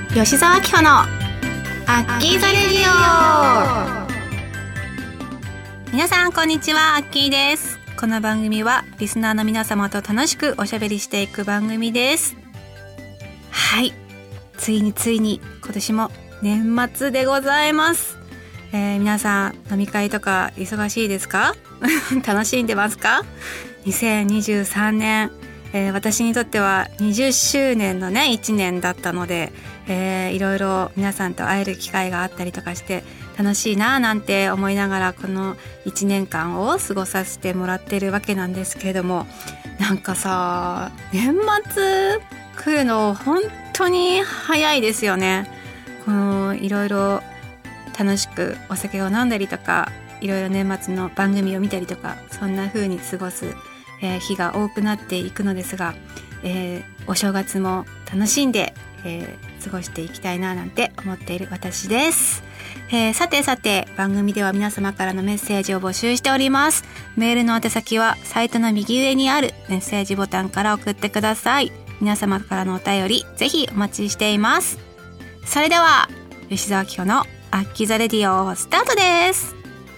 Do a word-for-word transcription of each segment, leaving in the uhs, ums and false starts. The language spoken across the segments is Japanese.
吉澤明穂のアッキーザレディオ。皆さんこんにちは、アッキーです。この番組はリスナーの皆様と楽しくおしゃべりしていく番組です。はい、ついについに今年も年末でございます。えー、皆さん飲み会とか忙しいですか？楽しんでますか？にせんにじゅうさんねん、えー、私にとってはにじゅっしゅうねんのねいちねんだったので、えー、いろいろ皆さんと会える機会があったりとかして楽しいななんて思いながらこのいちねんかんを過ごさせてもらってるわけなんですけれども、なんかさ、年末来るの本当に早いですよね。このいろいろ楽しくお酒を飲んだりとか、いろいろ年末の番組を見たりとか、そんな風に過ごす、えー、日が多くなっていくのですが、えー、お正月も楽しんで、えー、過ごしていきたいななんて思っている私です。えー、さてさて、番組では皆様からのメッセージを募集しております。メールの宛先はサイトの右上にあるメッセージボタンから送ってください。皆様からのお便りぜひお待ちしています。それでは吉澤明穂のアッキーザレディオスタートです。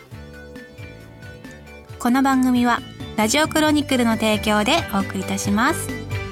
この番組はラジオクロニクルの提供でお送りいたします。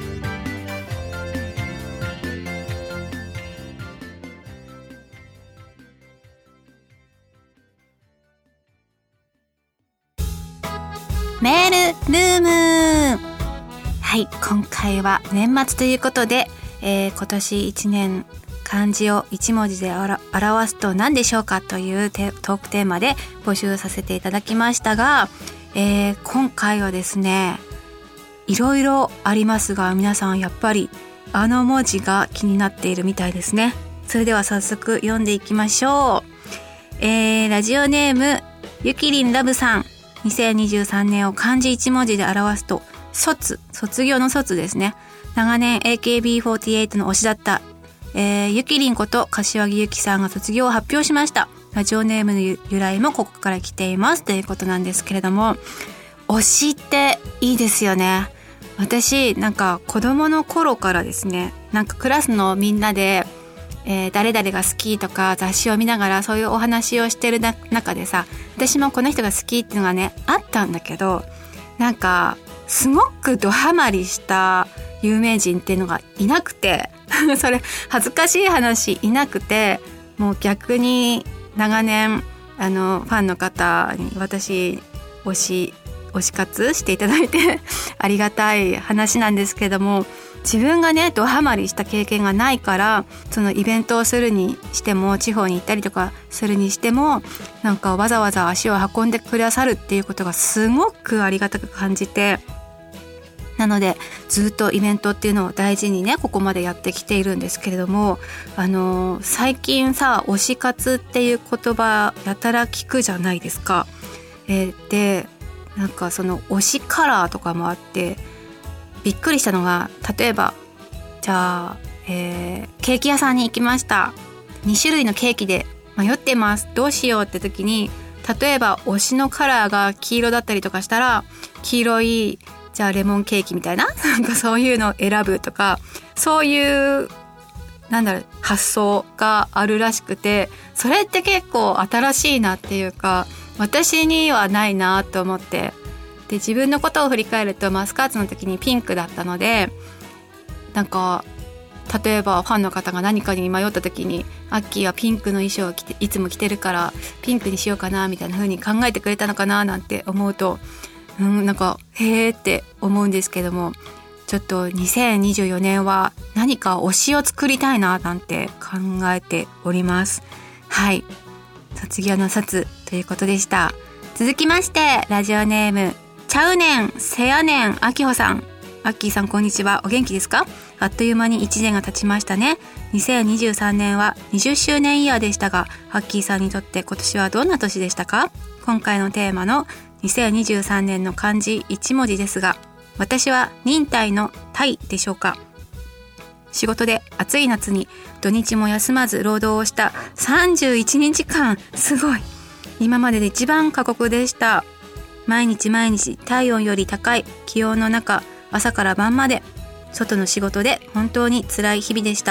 メールルーム。はい、今回は年末ということで、えー、今年いちねん漢字を一文字で表すと何でしょうかというトークテーマで募集させていただきましたが、えー、今回はですね、いろいろありますが、皆さんやっぱりあの文字が気になっているみたいですね。それでは早速読んでいきましょう。えー、ラジオネームゆきりんラブさん。にせんにじゅうさんねんを漢字一文字で表すと卒、卒業の卒ですね。長年 エーケービーフォーティーエイト の推しだったえー、ゆきりんこと柏木由紀さんが卒業を発表しました。ラジオネームの由来もここから来ていますということなんですけれども、推しっていいですよね。私なんか子供の頃からですね、なんかクラスのみんなで、えー、誰々が好きとか雑誌を見ながらそういうお話をしてるな中でさ、私もこの人が好きっていうのがねあったんだけど、なんかすごくドハマりした有名人っていうのがいなくてそれ恥ずかしい話いなくて、もう逆に長年あのファンの方に私推し推し活していただいてありがたい話なんですけども、自分がねドハマりした経験がないから、そのイベントをするにしても地方に行ったりとかするにしても、なんかわざわざ足を運んでくださるっていうことがすごくありがたく感じて、なのでずっとイベントっていうのを大事にねここまでやってきているんですけれども、あのー、最近さ推し活っていう言葉やたら聞くじゃないですか。えー、でなんかその推しカラーとかもあってびっくりしたのが、例えばじゃあ、えー、ケーキ屋さんに行きました。にしゅるいのケーキで迷ってます、どうしようって時に、例えば推しのカラーが黄色だったりとかしたら、黄色いじゃあレモンケーキみたいななんかそういうのを選ぶとか、そういうなんだろう発想があるらしくて、それって結構新しいなっていうか、私にはないなと思って、で自分のことを振り返るとマスカッツの時にピンクだったので、なんか例えばファンの方が何かに迷った時に、アッキーはピンクの衣装を着ていつも着てるからピンクにしようかなみたいな風に考えてくれたのかななんて思うと、うん、なんかへーって思うんですけども、ちょっとにせんにじゅうよねんは何か推しを作りたいななんて考えております。はい、卒業の卒ということでした。続きましてラジオネームちゃうねんせやねんあきほさん。アッキーさんこんにちは、お元気ですか？あっという間にいちねんが経ちましたね。にせんにじゅうさんねんはにじゅっしゅうねんイヤーでしたが、アッキーさんにとって今年はどんな年でしたか？今回のテーマのにせんにじゅうさんねんの漢字いち文字ですが、私は忍耐の耐でしょうか。仕事で暑い夏に土日も休まず労働をしたさんじゅういちにちかん、すごい。今までで一番過酷でした。毎日毎日体温より高い気温の中、朝から晩まで外の仕事で本当に辛い日々でした。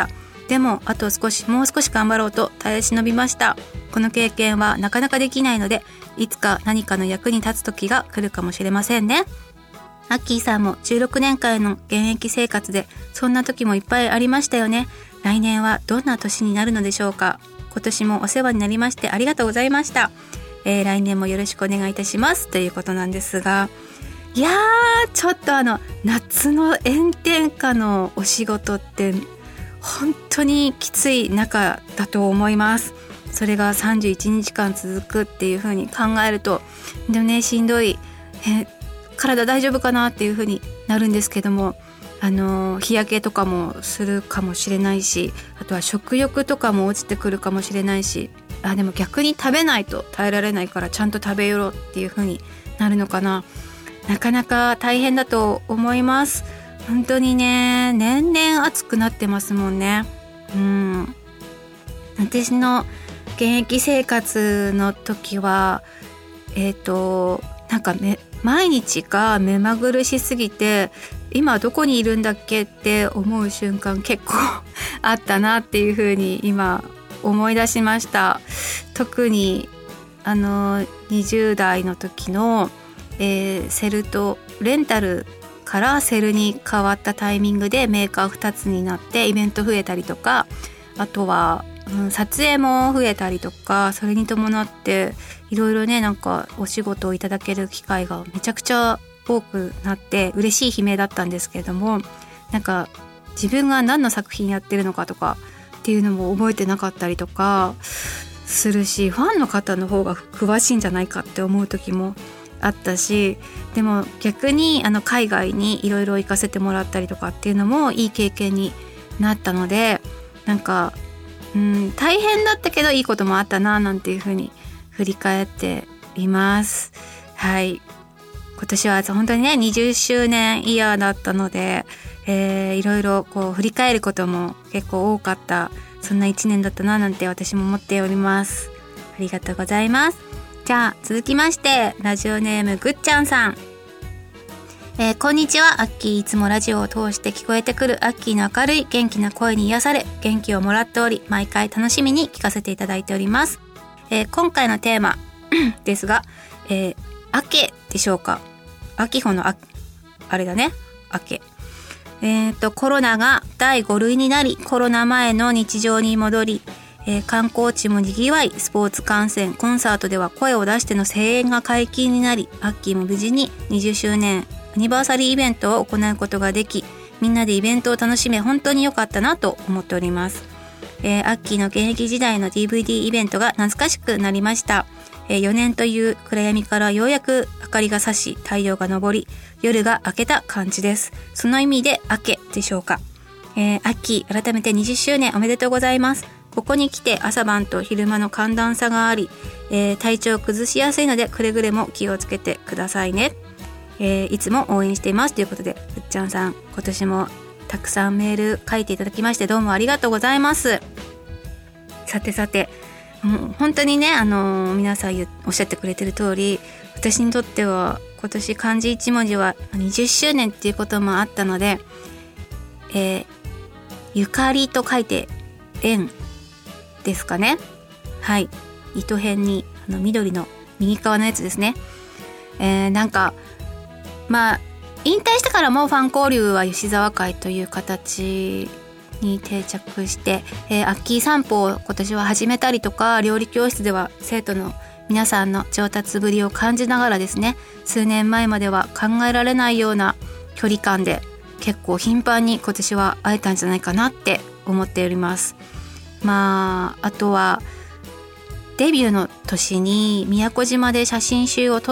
でもあと少しもう少し頑張ろうと耐え忍びました。この経験はなかなかできないので、いつか何かの役に立つ時が来るかもしれませんね。アッキーさんもじゅうろくねんかんの現役生活でそんな時もいっぱいありましたよね。来年はどんな年になるのでしょうか。今年もお世話になりましてありがとうございました。えー、来年もよろしくお願いいたしますということなんですが、いやーちょっとあの夏の炎天下のお仕事って本当にきつい中だと思います。それがさんじゅういちにちかん続くっていう風に考えるとでもねしんどい、え体大丈夫かなっていう風になるんですけども、あの日焼けとかもするかもしれないし、あとは食欲とかも落ちてくるかもしれないし、あでも逆に食べないと耐えられないからちゃんと食べようっていう風になるのかな。なかなか大変だと思います。本当にね年々暑くなってますもんね。うん私の現役生活の時はえっとなんかめ毎日が目まぐるしすぎて今どこにいるんだっけって思う瞬間結構あったなっていう風に今思い出しました。特にあのにじゅう代の時の、えー、セルとレンタルからセルに変わったタイミングでメーカーふたつになってイベント増えたりとか、あとは、うん、撮影も増えたりとか、それに伴っていろいろねなんかお仕事をいただける機会がめちゃくちゃ多くなって嬉しい悲鳴だったんですけれども、なんか自分が何の作品やってるのかとかっていうのも覚えてなかったりとかするし、ファンの方の方が詳しいんじゃないかって思う時もあったし、でも逆にあの海外にいろいろ行かせてもらったりとかっていうのもいい経験になったので、なんかうん大変だったけどいいこともあったななんていうふうに振り返っています。はい、今年は本当にねにじゅっしゅうねんイヤーだったので、えー、いろいろこう振り返ることも結構多かった、そんないちねんだったななんて私も思っております。ありがとうございます。じゃあ続きましてラジオネームぐっちゃんさん、えー、こんにちは。アッキー、いつもラジオを通して聞こえてくるアッキーの明るい元気な声に癒され元気をもらっており、毎回楽しみに聞かせていただいております。えー、今回のテーマですが、えー、明けでしょうか。秋穂のああれだね明け、えーとコロナがだいごるいになり、コロナ前の日常に戻り、えー、観光地もにぎわい、スポーツ観戦、コンサートでは声を出しての声援が解禁になり、アッキーも無事ににじゅっしゅうねんアニバーサリーイベントを行うことができ、みんなでイベントを楽しめ本当に良かったなと思っております。えー、アッキーの現役時代の ディーブイディー イベントが懐かしくなりました。えー、よねんという暗闇からようやく明かりが差し、太陽が昇り、夜が明けた感じです。その意味で明けでしょうか。えー、アッキー改めてにじゅっしゅうねんおめでとうございます。ここに来て朝晩と昼間の寒暖差があり、えー、体調を崩しやすいのでくれぐれも気をつけてくださいね。えー、いつも応援していますということで、うっちゃんさん今年もたくさんメール書いていただきましてどうもありがとうございます。さてさて、もう本当にね、あのー、皆さんおっしゃってくれてる通り、私にとっては今年漢字一文字はにじゅっしゅうねんっていうこともあったので、えー、ゆかりと書いて縁ですかね。はい、糸辺にあの緑の右側のやつですね。えー、なんかまあ引退してからもファン交流は吉沢会という形に定着して、えー、アッキー散歩を今年は始めたりとか、料理教室では生徒の皆さんの上達ぶりを感じながらですね、数年前までは考えられないような距離感で結構頻繁に今年は会えたんじゃないかなって思っております。まああとはデビューの年に宮古島で写真集を撮って、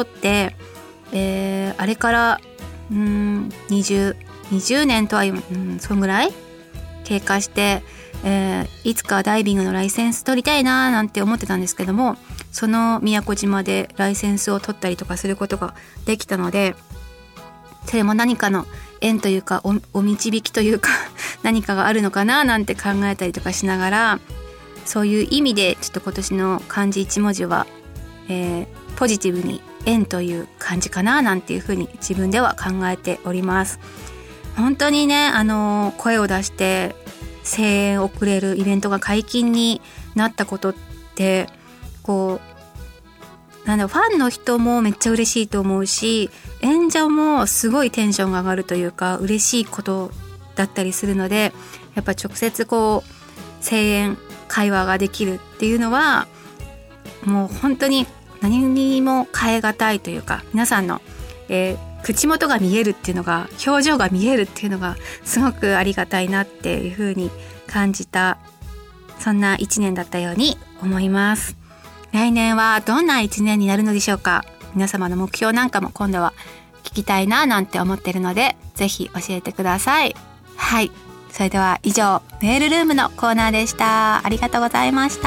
えー、あれからうーん20、20年とは、うん、そんぐらい経過して、えー、いつかダイビングのライセンス取りたいななんて思ってたんですけども、その宮古島でライセンスを取ったりとかすることができたので、それも何かの縁というか お, お導きというか何かがあるのかななんて考えたりとかしながら、そういう意味でちょっと今年の漢字一文字は、えー、ポジティブに縁という感じかななんていうふうに自分では考えております。本当にね、あのー、声を出して声援を送れるイベントが解禁になったことって、こうなんだろう、ファンの人もめっちゃ嬉しいと思うし、演者もすごいテンションが上がるというか嬉しいことだったりするので、やっぱ直接こう声援会話ができるっていうのはもう本当に何にも変え難いというか、皆さんの、えー、口元が見えるっていうのが、表情が見えるっていうのがすごくありがたいなっていう風に感じた、そんないちねんだったように思います。来年はどんないちねんになるのでしょうか。皆様の目標なんかも今度は聞きたいななんて思ってるので、ぜひ教えてください。はい、それでは以上、メールルームのコーナーでした。ありがとうございました。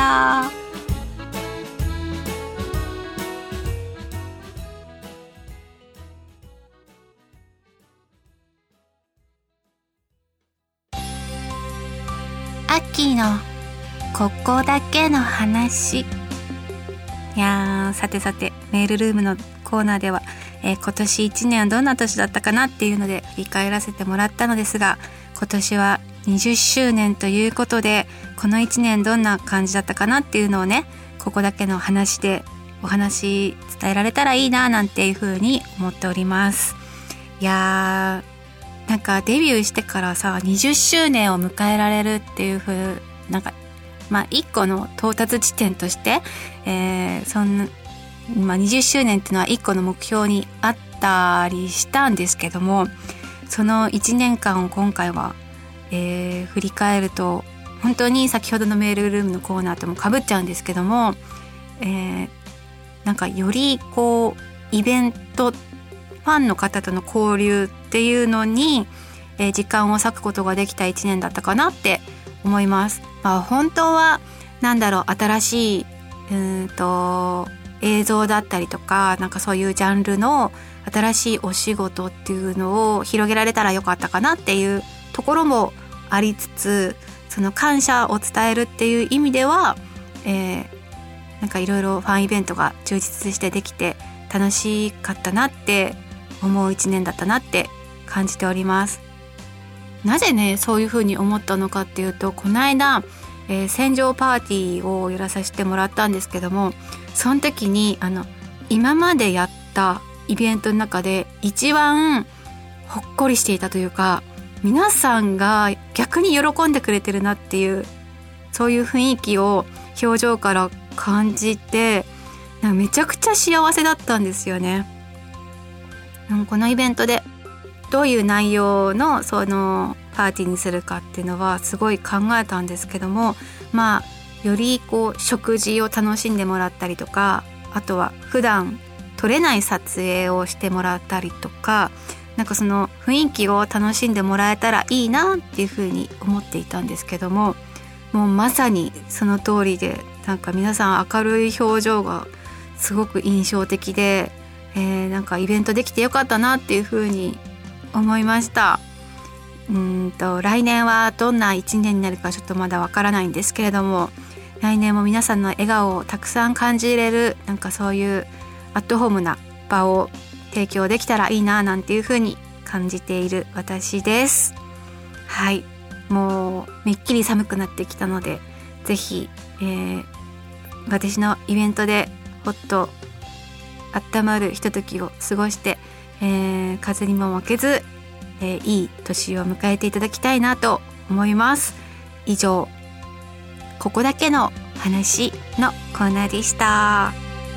アッキーのここだけの話。いやー、さてさて、メールルームのコーナーでは、えー、今年いちねんはどんな年だったかなっていうので振り返らせてもらったのですが、今年はにじゅっしゅうねんということで、このいちねんどんな感じだったかなっていうのをね、ここだけの話でお話伝えられたらいいななんていうふうに思っております。いやー、なんかデビューしてからさ、にじゅっしゅうねんを迎えられるっていうふう、なんかまあ一個の到達地点として、えー、そんな、まあ、にじゅっしゅうねんっていうのは一個の目標にあったりしたんですけども、そのいちねんかんを今回は、えー、振り返ると、本当に先ほどのメールルームのコーナーとも被っちゃうんですけども、えー、なんかよりこうイベント、ファンの方との交流っていうのに、えー、時間を割くことができたいちねんだったかなって思います。まあ、本当はなんだろう、新しい、うーんと映像だったりとか、なんかそういうジャンルの新しいお仕事っていうのを広げられたらよかったかなっていうところもありつつ、その感謝を伝えるっていう意味では、えー、なんかいろいろファンイベントが充実してできて楽しかったなって思う一年だったなって感じております。なぜねそういうふうに思ったのかっていうと、この間、えー、船上パーティーをやらさせてもらったんですけども、その時にあの今までやったイベントの中で一番ほっこりしていたというか、皆さんが逆に喜んでくれてるなっていう、そういう雰囲気を表情から感じて、なんかめちゃくちゃ幸せだったんですよね。このイベントでどういう内容のそのパーティーにするかっていうのはすごい考えたんですけども、まあよりこう食事を楽しんでもらったりとか、あとは普段撮れない撮影をしてもらったりとか、なんかその雰囲気を楽しんでもらえたらいいなっていうふうに思っていたんですけども、もうまさにその通りで、なんか皆さん明るい表情がすごく印象的で、えー、なんかイベントできてよかったなっていうふうに思いました。うーんと来年はどんな一年になるかちょっとまだわからないんですけれども、来年も皆さんの笑顔をたくさん感じれる、なんかそういうアットホームな場を提供できたらいいななんていうふうに感じている私です。はい、もうめっきり寒くなってきたので、ぜひ、えー、私のイベントでほっと温まるひとときを過ごして、えー、風にも負けず、えー、いい年を迎えていただきたいなと思います。以上、ここだけの話のコーナーでした。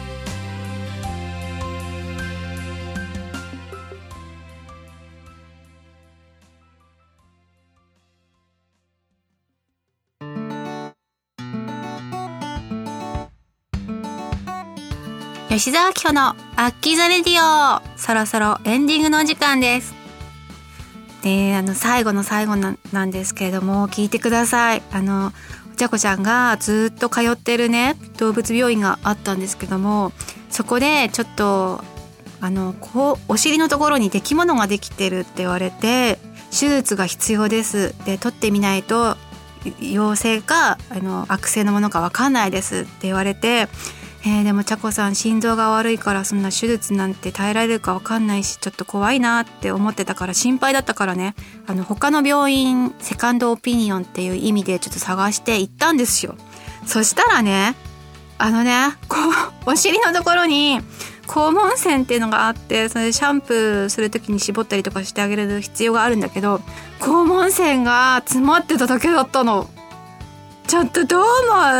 吉澤明子のアッキーザレディオ、そろそろエンディングのお時間です。で、あの最後の最後 な, なんですけれども、聞いてください。あのおちゃこちゃんがずっと通ってるね動物病院があったんですけども、そこでちょっとあのこうお尻のところに出来物ができてるって言われて、手術が必要です。で、取ってみないと陽性かあの悪性のものか分かんないですって言われて、 えー、でもちゃこさん心臓が悪いからそんな手術なんて耐えられるか分かんないしちょっと怖いなって思ってたから心配だったからね、あの他の病院セカンドオピニオンっていう意味でちょっと探して行ったんですよ。そしたらね、あのねこうお尻のところに肛門腺っていうのがあって、それでシャンプーする時に絞ったりとかしてあげる必要があるんだけど、肛門腺が詰まってただけだったの。ちょっとどう思う？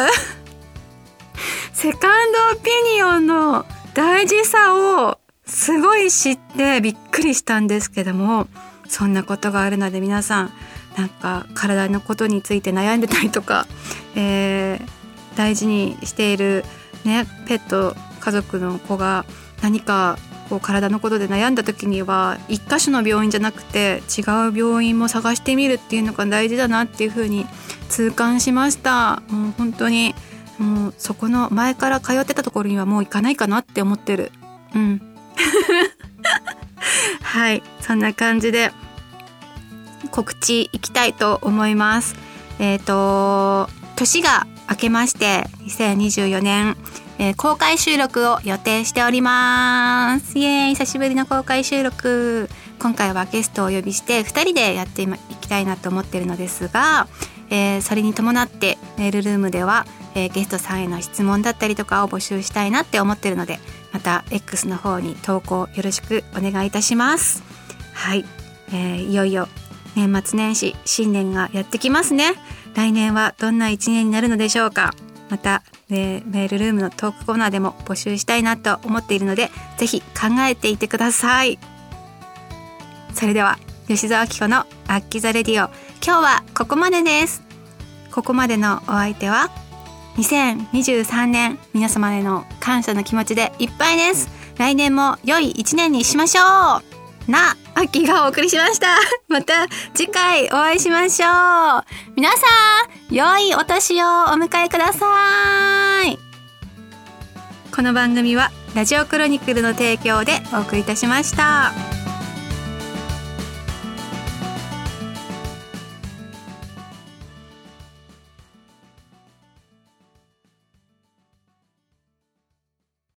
セカンドオピニオンの大事さをすごい知ってびっくりしたんですけども、そんなことがあるので皆さんなんか体のことについて悩んでたりとか、えー、大事にしているねペット家族の子が何かこう体のことで悩んだ時には一箇所の病院じゃなくて違う病院も探してみるっていうのが大事だなっていう風に痛感しました。もう本当にもうそこの前から通ってたところにはもう行かないかなって思ってる。うんはい、そんな感じで告知いきたいと思います。えっと年が明けましてにせんにじゅうよねん、えー、公開収録を予定しております。イエーイ、久しぶりの公開収録。今回はゲストをお呼びしてふたりでやっていきたいなと思っているのですが、えー、それに伴ってメールルームでは、えー、ゲストさんへの質問だったりとかを募集したいなって思っているので、また X の方に投稿よろしくお願いいたします。はい、えー、いよいよ年末年始新年がやってきますね。来年はどんな一年になるのでしょうか。また、えー、メールルームのトークコーナーでも募集したいなと思っているので、ぜひ考えていてください。それでは吉澤明子のアッキザレディオ、今日はここまでです。ここまでのお相手はにせんにじゅうさんねん、皆様への感謝の気持ちでいっぱいです。来年も良い一年にしましょうなアッキがお送りしました。また次回お会いしましょう。皆さん良いお年をお迎えください。この番組はラジオクロニクルの提供でお送りいたしました。